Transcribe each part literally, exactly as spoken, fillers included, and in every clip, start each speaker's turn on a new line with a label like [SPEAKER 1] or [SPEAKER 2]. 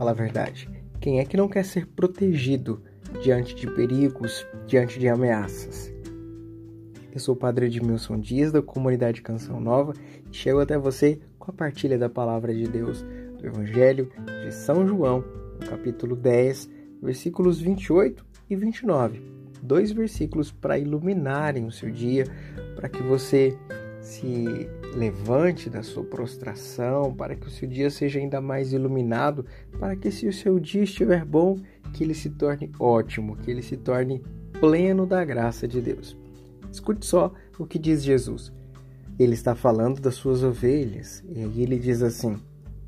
[SPEAKER 1] Fala a verdade. Quem é que não quer ser protegido diante de perigos, diante de ameaças? Eu sou o Padre Edmilson Dias, da Comunidade Canção Nova, e chego até você com a partilha da Palavra de Deus, do Evangelho de São João, no capítulo dez, versículos vinte e oito e vinte e nove. Dois versículos para iluminarem o seu dia, para que você se levante da sua prostração, para que o seu dia seja ainda mais iluminado, para que se o seu dia estiver bom, que ele se torne ótimo, que ele se torne pleno da graça de Deus. Escute só o que diz Jesus. Ele está falando das suas ovelhas, e aí ele diz assim: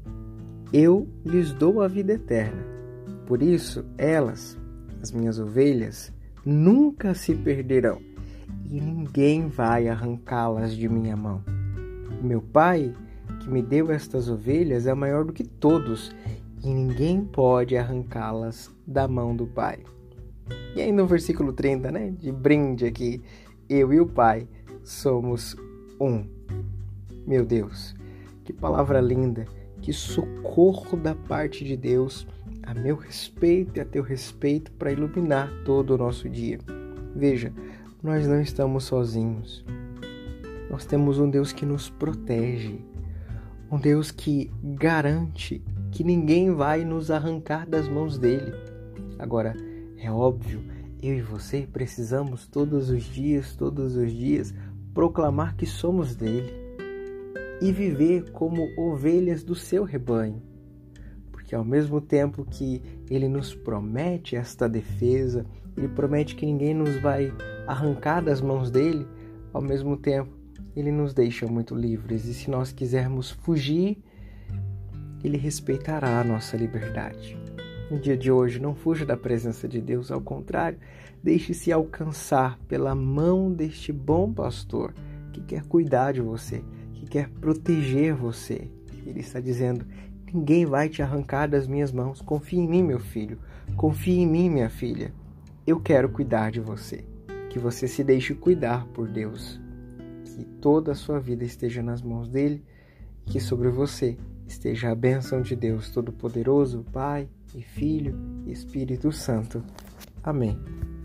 [SPEAKER 1] eu lhes dou a vida eterna, por isso elas, as minhas ovelhas, nunca se perderão, e ninguém vai arrancá-las de minha mão. Meu Pai, que me deu estas ovelhas, é maior do que todos, e ninguém pode arrancá-las da mão do Pai. E aí no versículo trinta, né, de brinde aqui, eu e o Pai somos um. Meu Deus, que palavra linda, que socorro da parte de Deus a meu respeito e a teu respeito para iluminar todo o nosso dia. Veja, nós não estamos sozinhos. Nós temos um Deus que nos protege, um Deus que garante que ninguém vai nos arrancar das mãos dele. Agora, é óbvio, eu e você precisamos todos os dias, todos os dias, proclamar que somos dele e viver como ovelhas do seu rebanho. Porque ao mesmo tempo que ele nos promete esta defesa, ele promete que ninguém nos vai arrancar das mãos dele, ao mesmo tempo ele nos deixa muito livres. E se nós quisermos fugir, ele respeitará a nossa liberdade. No dia de hoje, não fuja da presença de Deus, ao contrário, deixe-se alcançar pela mão deste bom pastor que quer cuidar de você, que quer proteger você. Ele está dizendo: ninguém vai te arrancar das minhas mãos. Confie em mim, meu filho. Confie em mim, minha filha. Eu quero cuidar de você. Que você se deixe cuidar por Deus. Que toda a sua vida esteja nas mãos dele. Que sobre você esteja a bênção de Deus Todo-Poderoso, Pai e Filho e Espírito Santo. Amém.